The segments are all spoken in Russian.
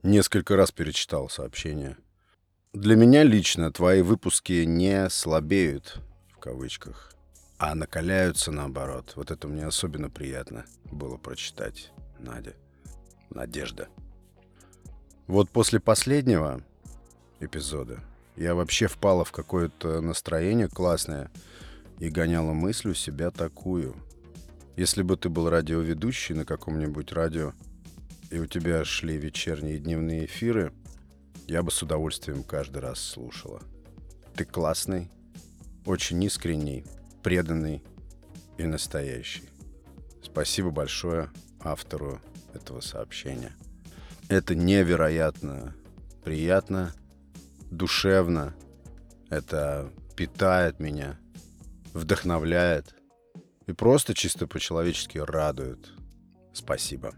Несколько раз перечитал сообщение. Для меня лично твои выпуски не «слабеют», в кавычках, а накаляются наоборот. Вот это мне особенно приятно было прочитать, Надя. Надежда. Вот после последнего эпизода я вообще впала в какое-то настроение классное и гоняла мысль у себя такую. Если бы ты был радиоведущий на каком-нибудь радио, и у тебя шли вечерние и дневные эфиры, я бы с удовольствием каждый раз слушала. Ты классный, очень искренний, преданный и настоящий. Спасибо большое автору этого сообщения. Это невероятно приятно, душевно. Это питает меня, вдохновляет и просто чисто по-человечески радует. Спасибо.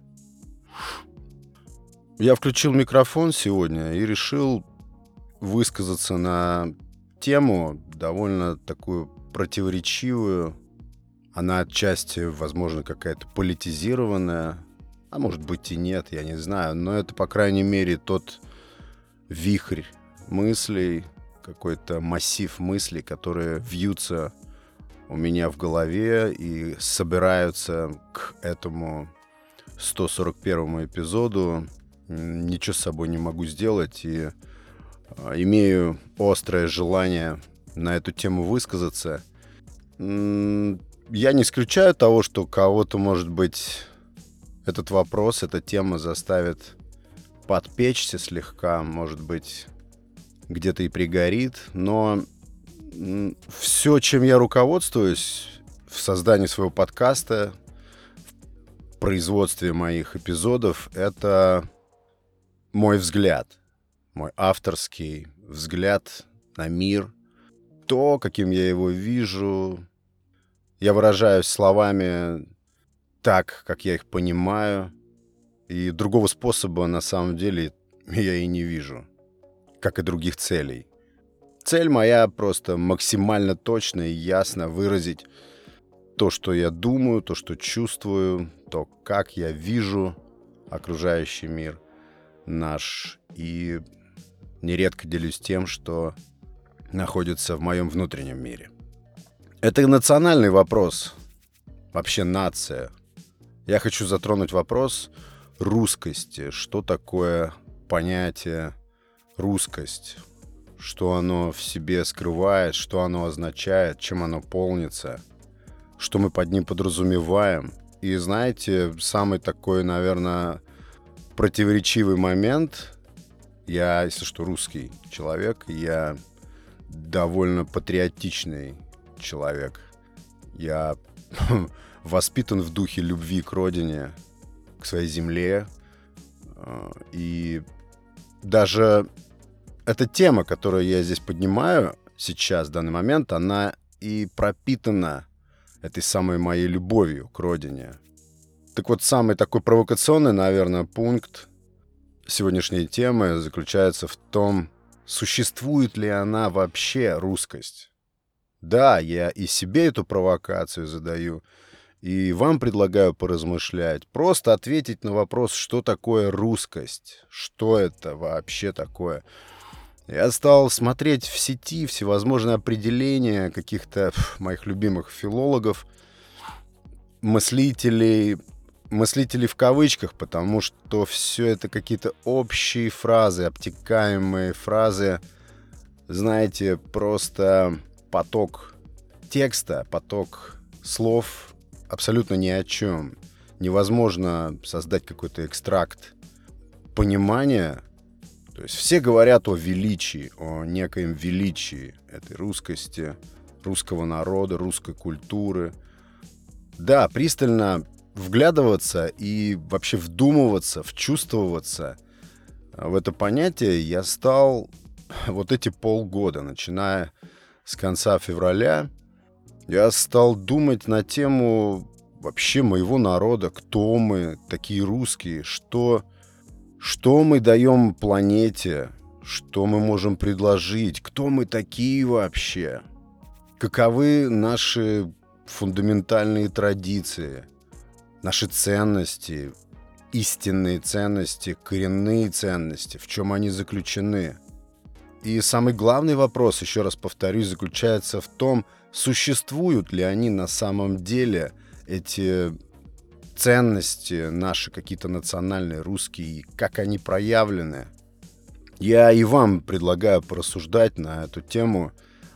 Я включил микрофон сегодня и решил высказаться на тему довольно такую противоречивую. Она отчасти, возможно, какая-то политизированная, а может быть и нет, я не знаю. Но это, по крайней мере, тот вихрь мыслей, какой-то массив мыслей, которые вьются у меня в голове и собираются к этому 141-му эпизоду. Ничего с собой не могу сделать и имею острое желание на эту тему высказаться. Я не исключаю того, что кого-то, может быть, этот вопрос, эта тема заставит подпечься слегка, может быть, где-то и пригорит, но все, чем я руководствуюсь в создании своего подкаста, в производстве моих эпизодов, это мой взгляд, мой авторский взгляд на мир, то, каким я его вижу. Я выражаюсь словами так, как я их понимаю, и другого способа на самом деле я и не вижу, как и других целей. Цель моя просто максимально точно и ясно выразить то, что я думаю, то, что чувствую, то, как я вижу окружающий мир наш. И нередко делюсь тем, что находится в моем внутреннем мире. Это национальный вопрос. Вообще нация. Я хочу затронуть вопрос русскости. Что такое понятие русскость? Что оно в себе скрывает, что оно означает, чем оно полнится, что мы под ним подразумеваем. И знаете, самый такой, наверное, противоречивый момент. Я, если что, русский человек, я довольно патриотичный человек. Я воспитан в духе любви к родине, к своей земле. И даже эта тема, которую я здесь поднимаю сейчас, в данный момент, она и пропитана этой самой моей любовью к родине. Так вот, самый такой провокационный, наверное, пункт сегодняшней темы заключается в том, существует ли она вообще, русскость. Да, я и себе эту провокацию задаю, и вам предлагаю поразмышлять, просто ответить на вопрос, что такое русскость, что это вообще такое. Я стал смотреть в сети всевозможные определения каких-то моих любимых филологов, мыслителей в кавычках, потому что все это какие-то общие фразы, обтекаемые фразы, знаете, просто поток текста, поток слов абсолютно ни о чем. Невозможно создать какой-то экстракт понимания. То есть все говорят о величии, о некоем величии этой русскости, русского народа, русской культуры. Да, пристально вглядываться и вообще вдумываться, вчувствоваться в это понятие я стал вот эти полгода, начиная с конца февраля. Я стал думать на тему вообще моего народа, кто мы, такие русские, что мы даем планете, что мы можем предложить, кто мы такие вообще, каковы наши фундаментальные традиции, наши ценности, истинные ценности, коренные ценности, в чем они заключены. И самый главный вопрос, еще раз повторюсь, заключается в том, существуют ли они на самом деле, эти ценности наши, какие-то национальные, русские, как они проявлены. Я и вам предлагаю порассуждать на эту тему,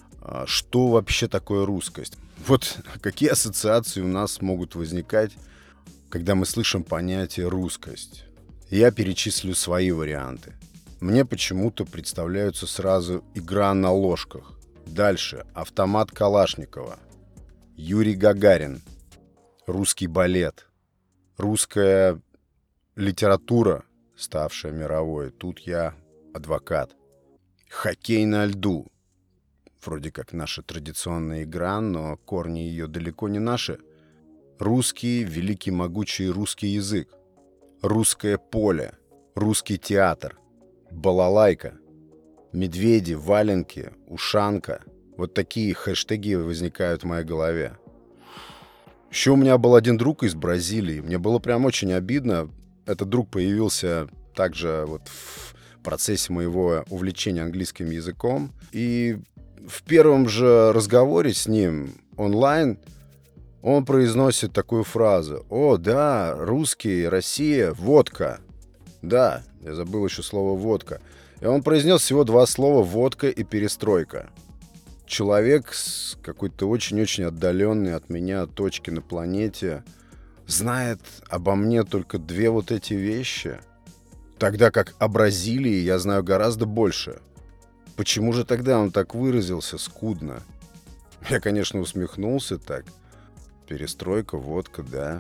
что вообще такое русскость. Вот какие ассоциации у нас могут возникать, когда мы слышим понятие «русскость». Я перечислю свои варианты. Мне почему-то представляются сразу игра на ложках. Дальше автомат Калашникова, Юрий Гагарин, русский балет, русская литература, ставшая мировой. Тут я адвокат. Хоккей на льду. Вроде как наша традиционная игра, но корни ее далеко не наши. Русский, великий могучий русский язык. Русское поле. Русский театр. Балалайка. Медведи, валенки, ушанка. Вот такие хэштеги возникают в моей голове. Еще у меня был один друг из Бразилии. Мне было прям очень обидно. Этот друг появился также вот в процессе моего увлечения английским языком. И в первом же разговоре с ним онлайн он произносит такую фразу: «О, да, русские, Россия, водка». Да, я забыл еще слово «водка». И он произнес всего 2 слова: «водка» и «перестройка». Человек с какой-то очень-очень отдаленной от меня точки на планете знает обо мне только 2 вот эти вещи, тогда как о Бразилии я знаю гораздо больше. Почему же тогда он так выразился скудно? Я, конечно, усмехнулся так. Перестройка, водка, да.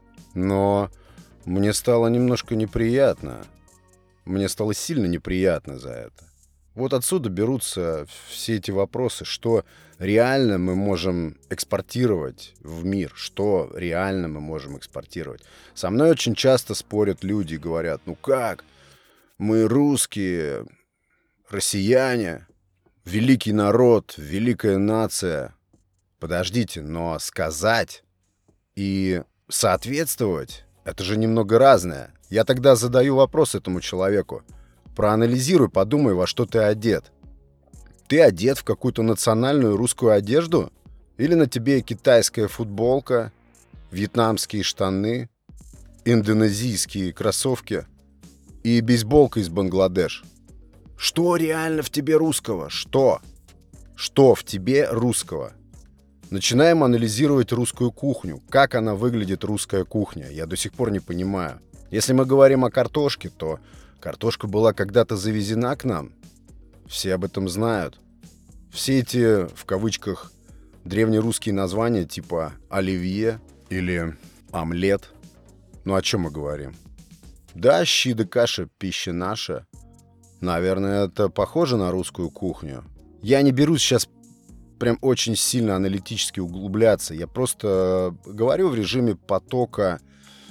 Но мне стало немножко неприятно. Мне стало сильно неприятно за это. Вот отсюда берутся все эти вопросы, что реально мы можем экспортировать в мир, что реально мы можем экспортировать. Со мной очень часто спорят люди и говорят: ну как, мы русские, россияне, великий народ, великая нация. Подождите, но сказать и соответствовать — это же немного разное. Я тогда задаю вопрос этому человеку. Проанализируй, подумай, во что ты одет. Ты одет в какую-то национальную русскую одежду? Или на тебе китайская футболка, вьетнамские штаны, индонезийские кроссовки и бейсболка из Бангладеш? Что реально в тебе русского? Что? Что в тебе русского? Начинаем анализировать русскую кухню. Как она выглядит, русская кухня? Я до сих пор не понимаю. Если мы говорим о картошке, то картошка была когда-то завезена к нам. Все об этом знают. Все эти, в кавычках, древнерусские названия типа оливье или омлет. Ну о чем мы говорим? Да, щи да каша, пища наша. Наверное, это похоже на русскую кухню. Я не берусь сейчас прям очень сильно аналитически углубляться. Я просто говорю в режиме потока,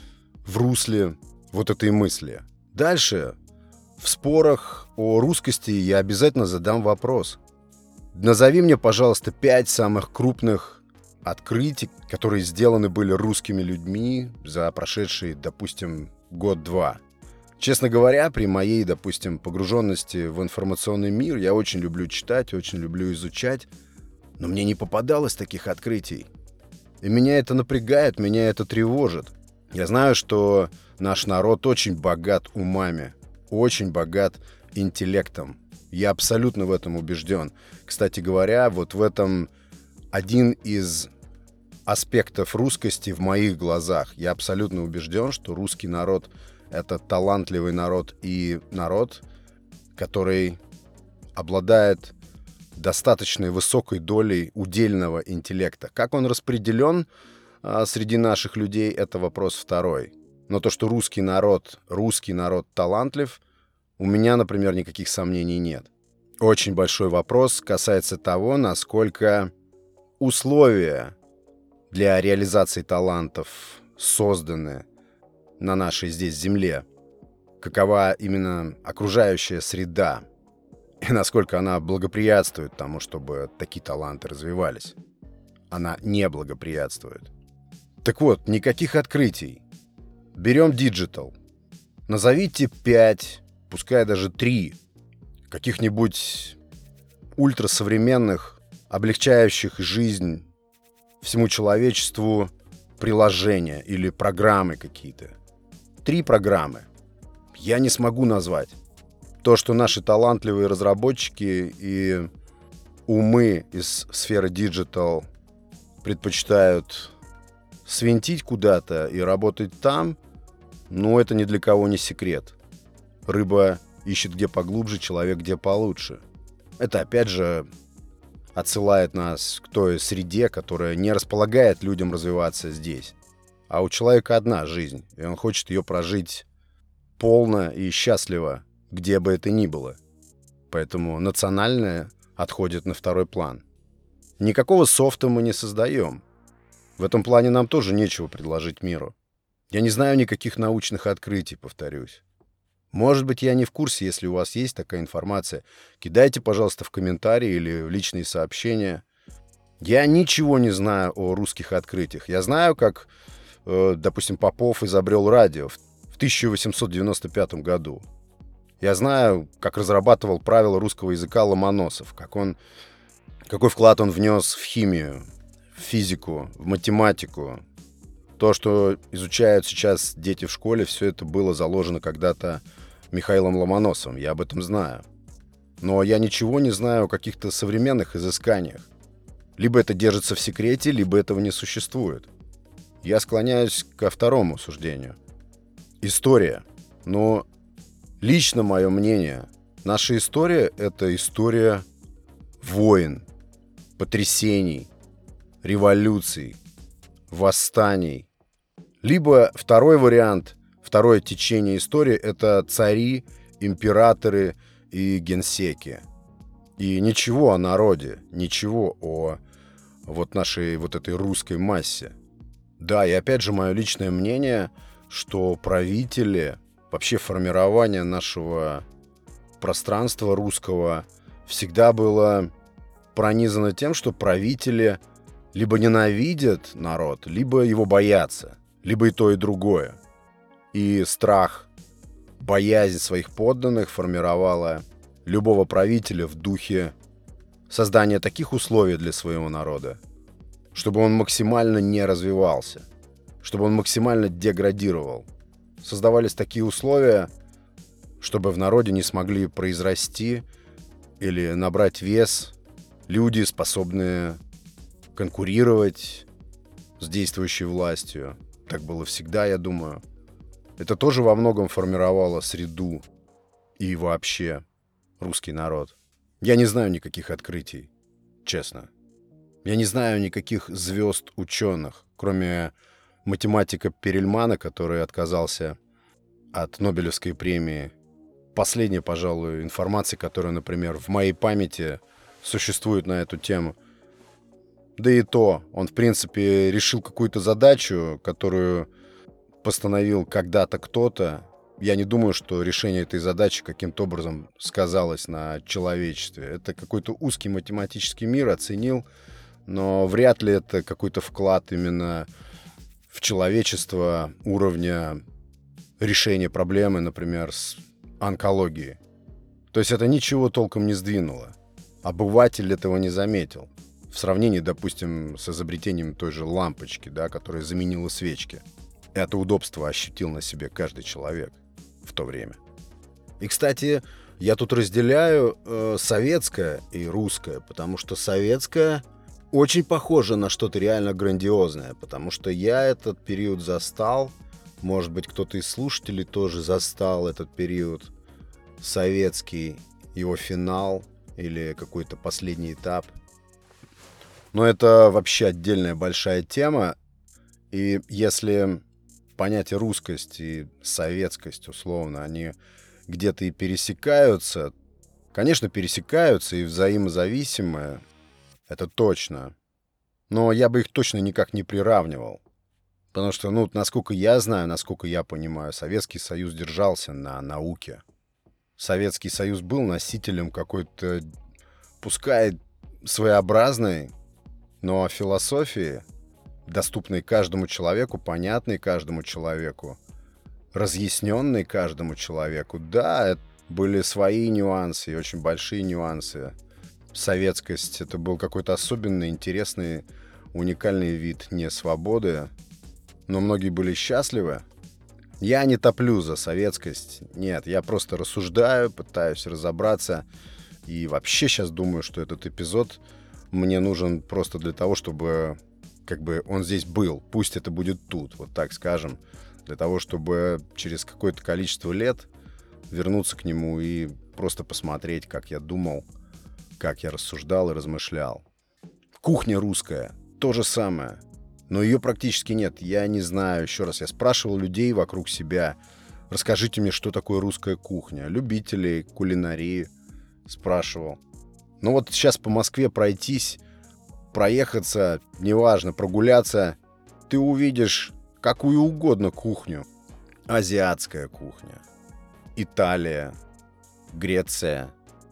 в русле вот этой мысли. Дальше, в спорах о русскости я обязательно задам вопрос. Назови мне, пожалуйста, 5 самых крупных открытий, которые сделаны были русскими людьми за прошедший, допустим, год-два. Честно говоря, при моей, допустим, погруженности в информационный мир я очень люблю читать, очень люблю изучать, но мне не попадалось таких открытий. И меня это напрягает, меня это тревожит. Я знаю, что наш народ очень богат умами, очень богат интеллектом. Я абсолютно в этом убежден. Кстати говоря, вот в этом один из аспектов русскости в моих глазах. Я абсолютно убежден, что русский народ — это талантливый народ и народ, который обладает достаточной высокой долей удельного интеллекта. Как он распределен среди наших людей, это вопрос второй. Но то, что русский народ талантлив, у меня, например, никаких сомнений нет. Очень большой вопрос касается того, насколько условия для реализации талантов созданы на нашей здесь земле, какова именно окружающая среда и насколько она благоприятствует тому, чтобы такие таланты развивались. Она не благоприятствует. Так вот, никаких открытий. Берем диджитал. Назовите 5, пускай даже 3 каких-нибудь ультрасовременных, облегчающих жизнь всему человечеству приложения или программы какие-то. 3 программы. Я не смогу назвать. То, что наши талантливые разработчики и умы из сферы диджитал предпочитают свинтить куда-то и работать там, ну, это ни для кого не секрет. Рыба ищет где поглубже, человек где получше. Это, опять же, отсылает нас к той среде, которая не располагает людям развиваться здесь. А у человека одна жизнь, и он хочет ее прожить полно и счастливо, где бы это ни было. Поэтому национальное отходит на второй план. Никакого софта мы не создаем. В этом плане нам тоже нечего предложить миру. Я не знаю никаких научных открытий, повторюсь. Может быть, я не в курсе, если у вас есть такая информация. Кидайте, пожалуйста, в комментарии или в личные сообщения. Я ничего не знаю о русских открытиях. Я знаю, как, допустим, Попов изобрел радио в 1895 году. Я знаю, как разрабатывал правила русского языка Ломоносов, какой вклад он внес в химию, в физику, в математику. То, что изучают сейчас дети в школе, все это было заложено когда-то Михаилом Ломоносовым, я об этом знаю. Но я ничего не знаю о каких-то современных изысканиях. Либо это держится в секрете, либо этого не существует. Я склоняюсь ко второму суждению. История. Но лично мое мнение, наша история — это история войн, потрясений, революций, восстаний. Либо второй вариант, второе течение истории — это цари, императоры и генсеки. И ничего о народе, ничего о вот нашей вот этой русской массе. Да, и опять же мое личное мнение, что правители, вообще формирование нашего пространства русского всегда было пронизано тем, что правители либо ненавидят народ, либо его боятся, либо и то, и другое. И страх, боязнь своих подданных формировала любого правителя в духе создания таких условий для своего народа, чтобы он максимально не развивался, чтобы он максимально деградировал. Создавались такие условия, чтобы в народе не смогли произрасти или набрать вес люди, способные конкурировать с действующей властью. Так было всегда, я думаю. Это тоже во многом формировало среду и вообще русский народ. Я не знаю никаких открытий, честно. Я не знаю никаких звезд ученых, кроме математика Перельмана, который отказался от Нобелевской премии. Последняя, пожалуй, информация, которая, например, в моей памяти существует на эту тему. Да и то, он, в принципе, решил какую-то задачу, которую постановил когда-то кто-то. Я не думаю, что решение этой задачи каким-то образом сказалось на человечестве. Это какой-то узкий математический мир оценил, но вряд ли это какой-то вклад именно в человечество уровня решения проблемы, например, с онкологией. То есть это ничего толком не сдвинуло. Обыватель этого не заметил. В сравнении, допустим, с изобретением той же лампочки, да, которая заменила свечки. Это удобство ощутил на себе каждый человек в то время. И, кстати, я тут разделяю советское и русское, потому что советское очень похоже на что-то реально грандиозное, потому что я этот период застал, может быть, кто-то из слушателей тоже застал этот период советский, его финал или какой-то последний этап. Но это вообще отдельная большая тема, и если понятие русскость и советскость, условно, они где-то и пересекаются, конечно, пересекаются и взаимозависимые, это точно, но я бы их точно никак не приравнивал. Потому что, насколько я знаю, насколько я понимаю, Советский Союз держался на науке. Советский Союз был носителем какой-то, пускай своеобразной, но философии, доступной каждому человеку, понятной каждому человеку, разъясненный каждому человеку. Да, были свои нюансы и очень большие нюансы. Советскость — это был какой-то особенный, интересный, уникальный вид несвободы. Но многие были счастливы. Я не топлю за советскость. Нет, я просто рассуждаю, пытаюсь разобраться. И вообще сейчас думаю, что этот эпизод мне нужен просто для того, чтобы как бы он здесь был. Пусть это будет тут, вот так скажем. Для того, чтобы через какое-то количество лет вернуться к нему и просто посмотреть, как я думал, как я рассуждал и размышлял. Кухня русская. То же самое. Но ее практически нет. Я не знаю. Еще раз, я спрашивал людей вокруг себя. Расскажите мне, что такое русская кухня. Любителей кулинарии спрашивал. Ну вот сейчас по Москве пройтись, проехаться, неважно, прогуляться, ты увидишь какую угодно кухню. Азиатская кухня. Италия. Греция.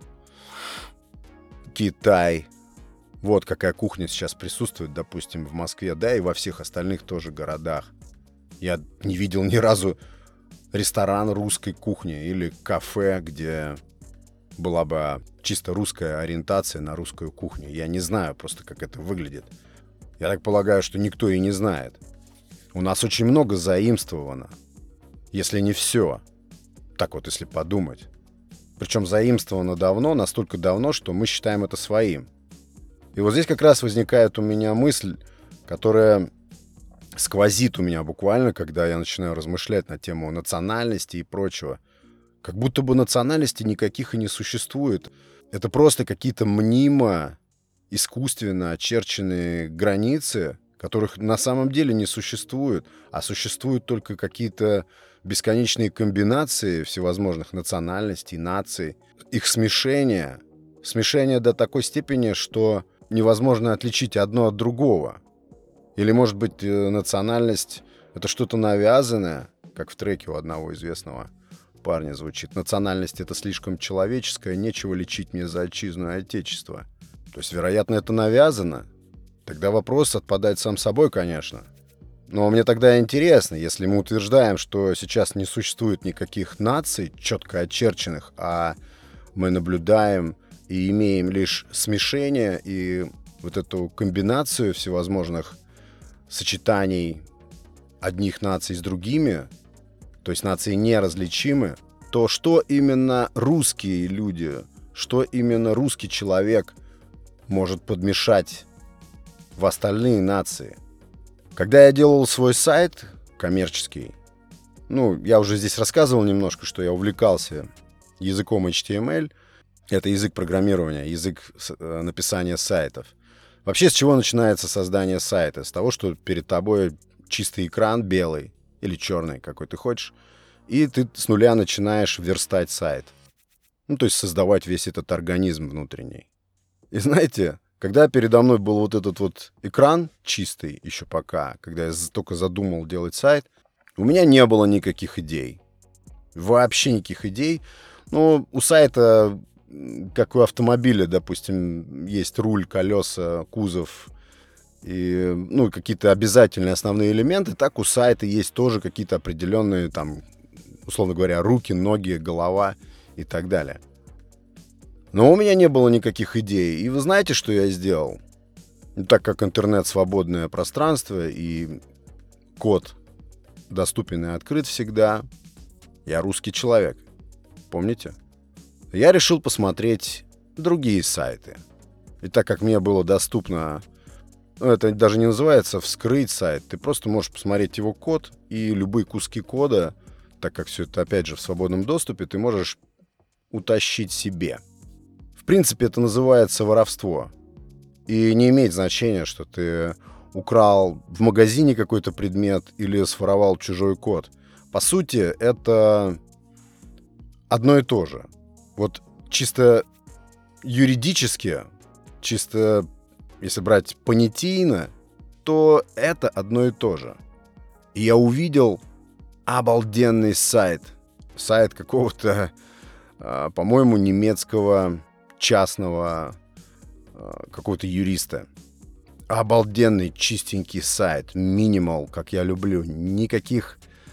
Китай. Вот какая кухня сейчас присутствует, допустим, в Москве, да, и во всех остальных тоже городах. Я не видел ни разу ресторан русской кухни или кафе, где была бы чисто русская ориентация на русскую кухню. Я не знаю просто, как это выглядит. Я так полагаю, что никто и не знает. У нас очень много заимствовано, если не все. Так вот, если подумать. Причем заимствовано давно, настолько давно, что мы считаем это своим. И вот здесь как раз возникает у меня мысль, которая сквозит у меня буквально, когда я начинаю размышлять на тему национальности и прочего. Как будто бы национальности никаких и не существует. Это просто какие-то мнимо, искусственно очерченные границы, которых на самом деле не существует, а существуют только какие-то бесконечные комбинации всевозможных национальностей, наций. Их смешение до такой степени, что невозможно отличить одно от другого. Или, может быть, национальность — это что-то навязанное, как в треке у одного известного парня звучит. Национальность — это слишком человеческое, нечего лечить мне за отчизну и отечество. То есть, вероятно, это навязано. Тогда вопрос отпадает сам собой, конечно. Но мне тогда интересно, если мы утверждаем, что сейчас не существует никаких наций, четко очерченных, а мы наблюдаем и имеем лишь смешение и вот эту комбинацию всевозможных сочетаний одних наций с другими, то есть нации неразличимы, то что именно русские люди, что именно русский человек может подмешать в остальные нации? Когда я делал свой сайт коммерческий, я уже здесь рассказывал немножко, что я увлекался языком HTML. Это язык программирования, язык написания сайтов. Вообще, с чего начинается создание сайта? С того, что перед тобой чистый экран, белый или черный, какой ты хочешь, и ты с нуля начинаешь верстать сайт. То есть создавать весь этот организм внутренний. И знаете, когда передо мной был вот этот вот экран чистый еще пока, когда я только задумал делать сайт, у меня не было никаких идей. Вообще никаких идей. Но у сайта, как у автомобиля, допустим, есть руль, колеса, кузов и какие-то обязательные основные элементы, так у сайта есть тоже какие-то определенные, там, условно говоря, руки, ноги, голова и так далее. Но у меня не было никаких идей. И вы знаете, что я сделал? Так как интернет — свободное пространство и код доступен и открыт всегда, я русский человек. Помните? Я решил посмотреть другие сайты. И так как мне было доступно, это даже не называется вскрыть сайт, ты просто можешь посмотреть его код, и любые куски кода, так как все это опять же в свободном доступе, ты можешь утащить себе. В принципе, это называется воровство. И не имеет значения, что ты украл в магазине какой-то предмет или своровал чужой код. По сути, это одно и то же. Вот чисто юридически, чисто если брать понятийно, то это одно и то же. И я увидел обалденный сайт. Сайт какого-то, по-моему, немецкого частного какого-то юриста. Обалденный, чистенький сайт. Минимал, как я люблю. Никаких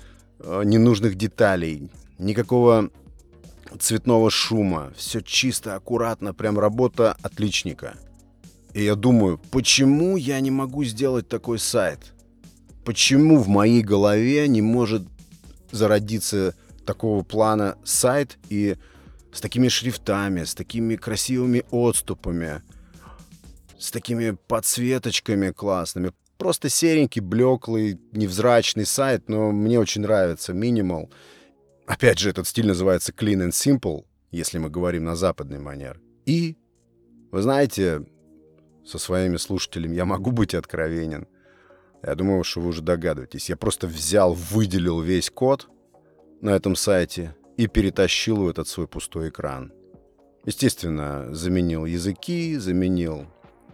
ненужных деталей, никакого цветного шума. Все чисто, аккуратно, прям работа отличника. И я думаю, почему я не могу сделать такой сайт? Почему в моей голове не может зародиться такого плана сайт и с такими шрифтами, с такими красивыми отступами, с такими подсветочками классными. Просто серенький, блеклый, невзрачный сайт, но мне очень нравится. Minimal. Опять же, этот стиль называется Clean and Simple, если мы говорим на западный манер. И, вы знаете, со своими слушателями я могу быть откровенен. Я думаю, что вы уже догадываетесь. Я просто взял, выделил весь код на этом сайте и перетащил в этот свой пустой экран. Естественно, заменил языки, заменил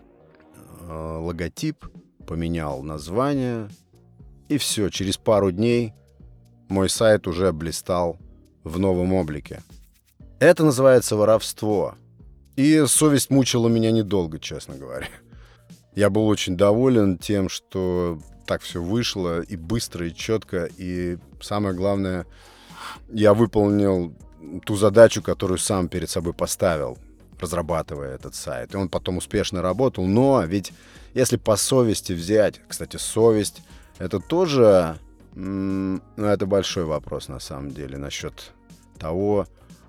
логотип, поменял название. И все, через пару дней мой сайт уже блистал в новом облике. Это называется воровство. И совесть мучила меня недолго, честно говоря. Я был очень доволен тем, что так все вышло и быстро, и четко. И самое главное, я выполнил ту задачу, которую сам перед собой поставил, разрабатывая этот сайт. И он потом успешно работал. Но ведь если по совести взять... Кстати, совесть — это тоже... это большой вопрос на самом деле насчет того,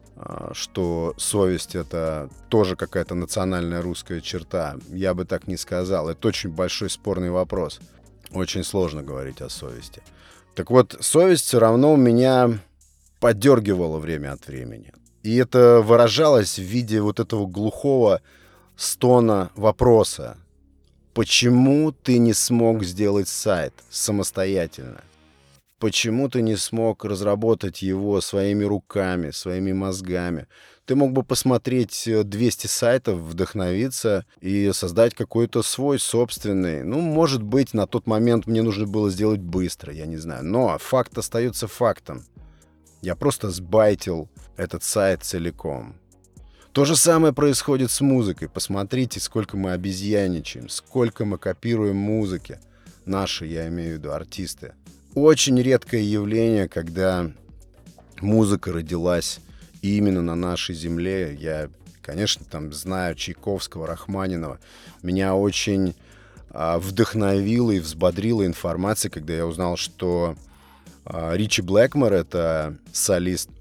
что совесть — это тоже какая-то национальная русская черта. Я бы так не сказал. Это очень большой спорный вопрос. Очень сложно говорить о совести. Так вот, совесть все равно меня поддергивала время от времени. И это выражалось в виде вот этого глухого стона вопроса. Почему ты не смог сделать сайт самостоятельно? Почему ты не смог разработать его своими руками, своими мозгами? Ты мог бы посмотреть 200 сайтов, вдохновиться и создать какой-то свой собственный. Ну, может быть, на тот момент мне нужно было сделать быстро, я не знаю. Но факт остается фактом. Я просто сбайтил этот сайт целиком. То же самое происходит с музыкой. Посмотрите, сколько мы обезьяничаем, сколько мы копируем музыки. Наши, я имею в виду, артисты. Очень редкое явление, когда музыка родилась именно на нашей земле. Я, конечно, там знаю Чайковского, Рахманинова. Меня очень вдохновила и взбодрила информация, когда я узнал, что Ричи Блэкмор — это солист,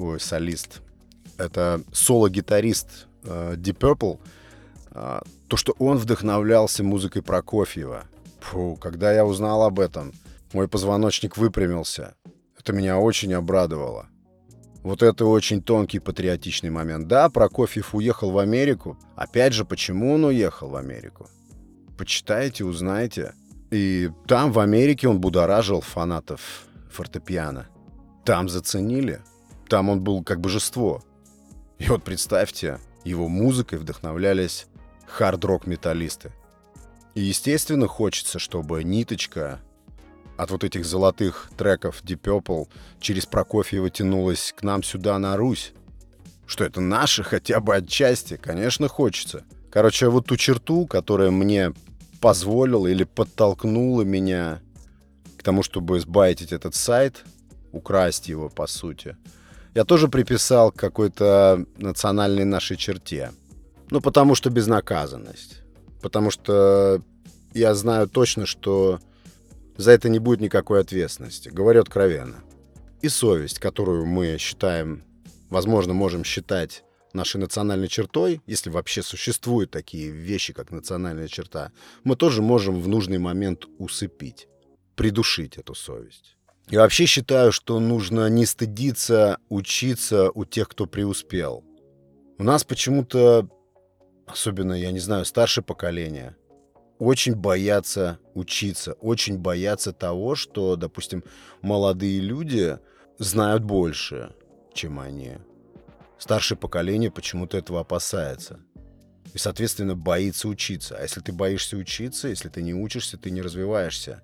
это соло-гитарист Deep Purple, то, что он вдохновлялся музыкой Прокофьева. Когда я узнал об этом, мой позвоночник выпрямился. Это меня очень обрадовало. Вот это очень тонкий патриотичный момент. Да, Прокофьев уехал в Америку. Опять же, почему он уехал в Америку? Почитайте, узнайте. И там, в Америке, он будоражил фанатов фортепиано. Там заценили. Там он был как божество. И вот представьте, его музыкой вдохновлялись хард-рок-металлисты. И, естественно, хочется, чтобы ниточка от вот этих золотых треков Deep Purple через Прокофьева тянулась к нам сюда, на Русь. Что это наше хотя бы отчасти? Конечно, хочется. Короче, вот ту черту, которая мне позволила или подтолкнула меня к тому, чтобы сбайтить этот сайт, украсть его, по сути, я тоже приписал к какой-то национальной нашей черте. Ну, потому что безнаказанность. Потому что я знаю точно, что за это не будет никакой ответственности. Говорю откровенно. И совесть, которую мы считаем, возможно, можем считать нашей национальной чертой, если вообще существуют такие вещи, как национальная черта, мы тоже можем в нужный момент усыпить, придушить эту совесть. Я вообще считаю, что нужно не стыдиться учиться у тех, кто преуспел. У нас почему-то, особенно, я не знаю, старшее поколение, очень боятся учиться, очень боятся того, что, допустим, молодые люди знают больше, чем они. Старшее поколение почему-то этого опасается. И, соответственно, боится учиться. А если ты боишься учиться, если ты не учишься, ты не развиваешься.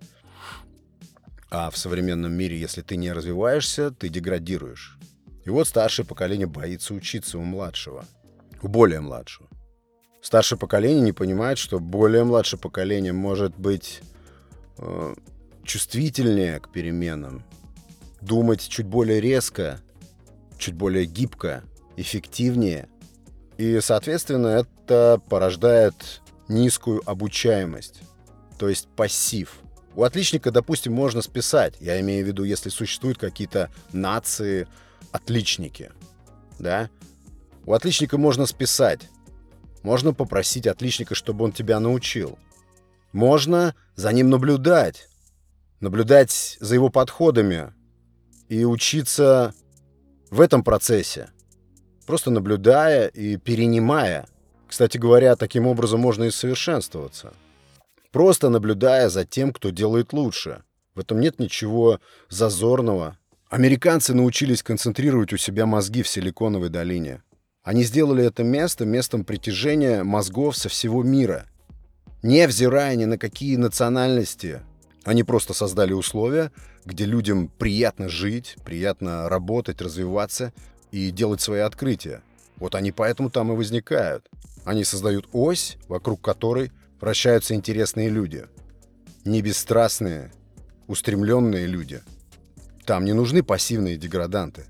А в современном мире, если ты не развиваешься, ты деградируешь. И вот старшее поколение боится учиться у младшего, у более младшего. Старшее поколение не понимает, что более младшее поколение может быть чувствительнее к переменам, думать чуть более резко, чуть более гибко, эффективнее. И, соответственно, это порождает низкую обучаемость, то есть пассив. У отличника, допустим, можно списать. Я имею в виду, если существуют какие-то нации-отличники. Да? У отличника можно списать. Можно попросить отличника, чтобы он тебя научил. Можно за ним наблюдать. Наблюдать за его подходами и учиться в этом процессе. Просто наблюдая и перенимая. Кстати говоря, таким образом можно и совершенствоваться. Просто наблюдая за тем, кто делает лучше. В этом нет ничего зазорного. Американцы научились концентрировать у себя мозги в Силиконовой долине. Они сделали это место местом притяжения мозгов со всего мира. Невзирая ни на какие национальности. Они просто создали условия, где людям приятно жить, приятно работать, развиваться и делать свои открытия. Вот они поэтому там и возникают. Они создают ось, вокруг которой вращаются интересные люди. Не бесстрастные, устремленные люди. Там не нужны пассивные деграданты.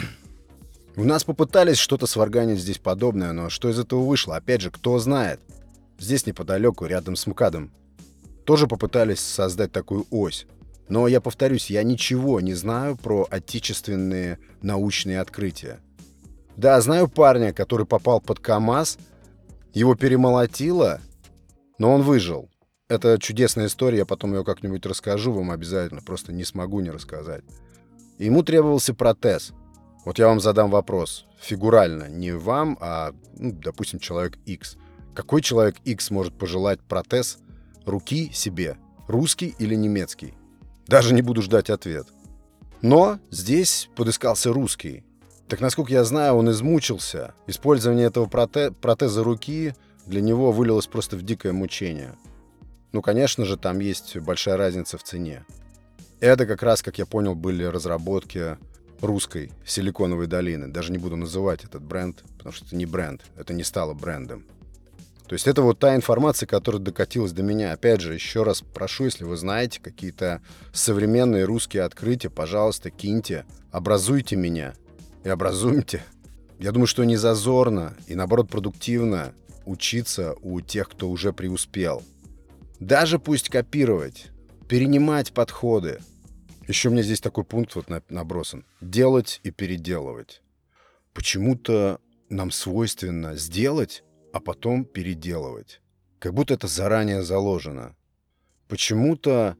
У нас попытались что-то сварганить здесь подобное, но что из этого вышло? Опять же, кто знает. Здесь неподалеку, рядом с МКАДом, тоже попытались создать такую ось. Но я повторюсь, я ничего не знаю про отечественные научные открытия. Да, знаю парня, который попал под КАМАЗ, его перемолотило, но он выжил. Это чудесная история, я потом ее как-нибудь расскажу вам обязательно, просто не смогу не рассказать. Ему требовался протез. Вот я вам задам вопрос, фигурально, не вам, а, допустим, человек X. Какой человек X может пожелать протез руки себе, русский или немецкий? Даже не буду ждать ответ. Но здесь подыскался русский. Так, насколько я знаю, он измучился. Использование этого протеза руки для него вылилось просто в дикое мучение. Ну, конечно же, там есть большая разница в цене. Это как раз, как я понял, были разработки русской Силиконовой долины. Даже не буду называть этот бренд, потому что это не бренд, это не стало брендом. То есть это вот та информация, которая докатилась до меня. Опять же, еще раз прошу, если вы знаете какие-то современные русские открытия, пожалуйста, киньте, образуйте меня и образуйте. Я думаю, что не зазорно и, наоборот, продуктивно учиться у тех, кто уже преуспел. Даже пусть копировать, перенимать подходы. Еще мне здесь такой пункт вот набросан. Делать и переделывать. Почему-то нам свойственно сделать, а потом переделывать. Как будто это заранее заложено. Почему-то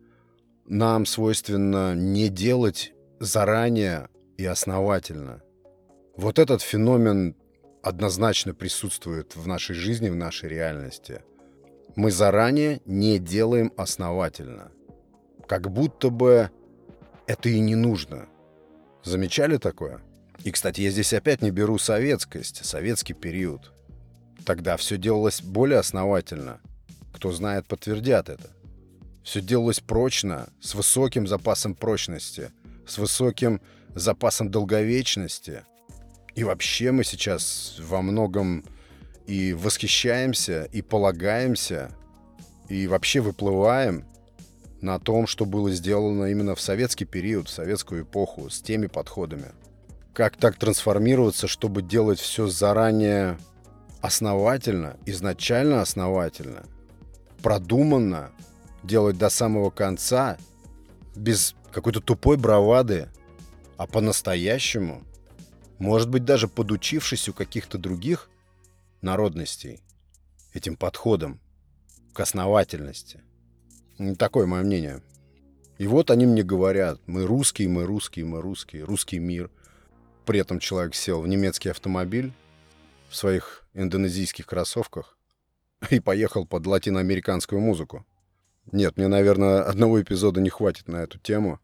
нам свойственно не делать заранее и основательно. Вот этот феномен однозначно присутствует в нашей жизни, в нашей реальности. Мы заранее не делаем основательно. Как будто бы это и не нужно. Замечали такое? И, кстати, я здесь опять не беру советскость, советский период. Тогда все делалось более основательно. Кто знает, подтвердят это. Все делалось прочно, с высоким запасом прочности, с высоким запасом долговечности. И вообще мы сейчас во многом и восхищаемся, и полагаемся, и вообще выплываем на том, что было сделано именно в советский период, в советскую эпоху, с теми подходами. Как так трансформироваться, чтобы делать все заранее основательно, изначально основательно, продуманно, делать до самого конца, без какой-то тупой бравады, а по-настоящему, может быть, даже подучившись у каких-то других народностей этим подходом к основательности. Такое мое мнение. И вот они мне говорят, мы русские, мы русские, мы русские, русский мир. При этом человек сел в немецкий автомобиль в своих индонезийских кроссовках и поехал под латиноамериканскую музыку. Нет, мне, наверное, одного эпизода не хватит на эту тему.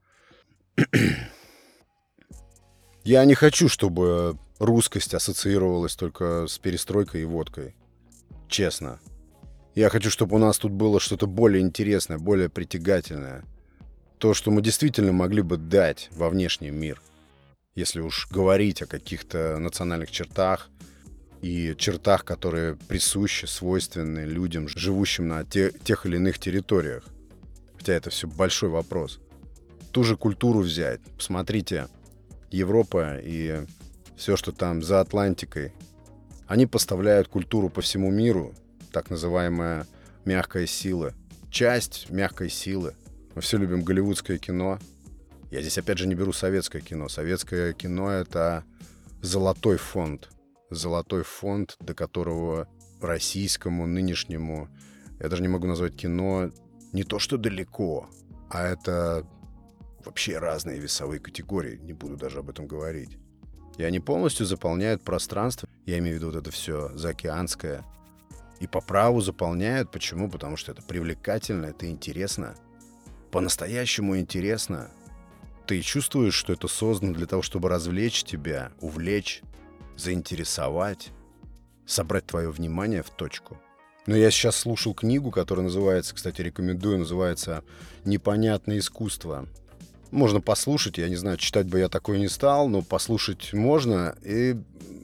Я не хочу, чтобы русскость ассоциировалась только с перестройкой и водкой. Честно. Я хочу, чтобы у нас тут было что-то более интересное, более притягательное. То, что мы действительно могли бы дать во внешний мир. Если уж говорить о каких-то национальных чертах и чертах, которые присущи, свойственны людям, живущим на тех или иных территориях. Хотя это все большой вопрос. ту же культуру взять. Посмотрите, Европа и все, что там за Атлантикой, они поставляют культуру по всему миру, так называемая мягкая сила. Часть мягкой силы. Мы все любим голливудское кино. Я здесь, опять же, не беру советское кино. Советское кино — это золотой фонд. Золотой фонд, до которого российскому, нынешнему, я даже не могу назвать кино, не то что далеко, а это вообще разные весовые категории. Не буду даже об этом говорить. И они полностью заполняют пространство. Я имею в виду вот это все заокеанское. И по праву заполняют. Почему? Потому что это привлекательно, это интересно. По-настоящему интересно. Ты чувствуешь, что это создано для того, чтобы развлечь тебя, увлечь, заинтересовать, собрать твое внимание в точку. Но я сейчас слушал книгу, которая называется, кстати, рекомендую, называется «Непонятное искусство». Можно послушать, я не знаю, читать бы я такое не стал, но послушать можно. И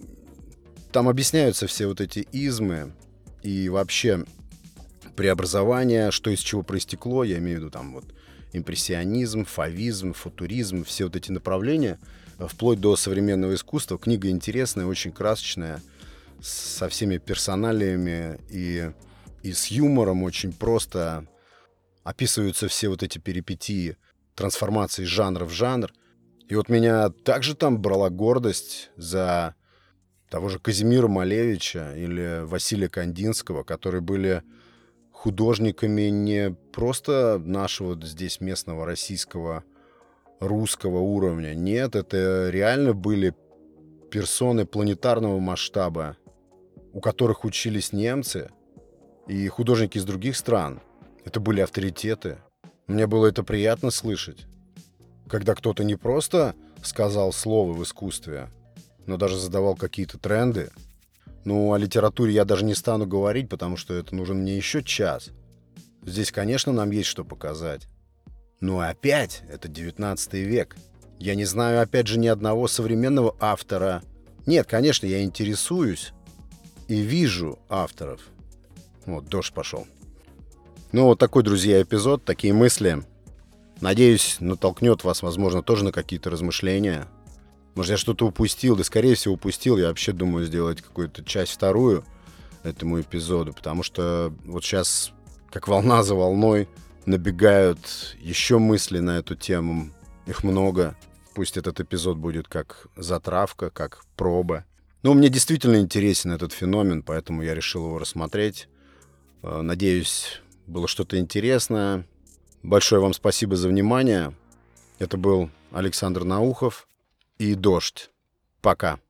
там объясняются все вот эти измы и вообще преобразование, что из чего проистекло. Я имею в виду там вот импрессионизм, фавизм, футуризм, все вот эти направления, вплоть до современного искусства. Книга интересная, очень красочная, со всеми персоналиями и с юмором, очень просто описываются все вот эти перипетии трансформации из жанра в жанр. И вот меня также там брала гордость за того же Казимира Малевича или Василия Кандинского, которые были художниками не просто нашего здесь местного российского русского уровня. Нет, это реально были персоны планетарного масштаба, у которых учились немцы и художники из других стран. Это были авторитеты. Мне было это приятно слышать, когда кто-то не просто сказал слово в искусстве, но даже задавал какие-то тренды. Ну, о литературе я даже не стану говорить, потому что это нужен мне еще час. Здесь, конечно, нам есть что показать. Но опять, это 19 век. Я не знаю, опять же, ни одного современного автора. Нет, конечно, я интересуюсь и вижу авторов. Вот, дождь пошел. Ну, вот такой, друзья, эпизод, такие мысли. Надеюсь, натолкнет вас, возможно, тоже на какие-то размышления. Может, я что-то упустил, да, скорее всего, упустил. Я вообще думаю сделать какую-то часть вторую этому эпизоду, потому что вот сейчас, как волна за волной, набегают еще мысли на эту тему. Их много. Пусть этот эпизод будет как затравка, как проба. Но мне действительно интересен этот феномен, поэтому я решил его рассмотреть. Надеюсь, было что-то интересное. Большое вам спасибо за внимание. Это был Александр Наухов и «Дождь». Пока.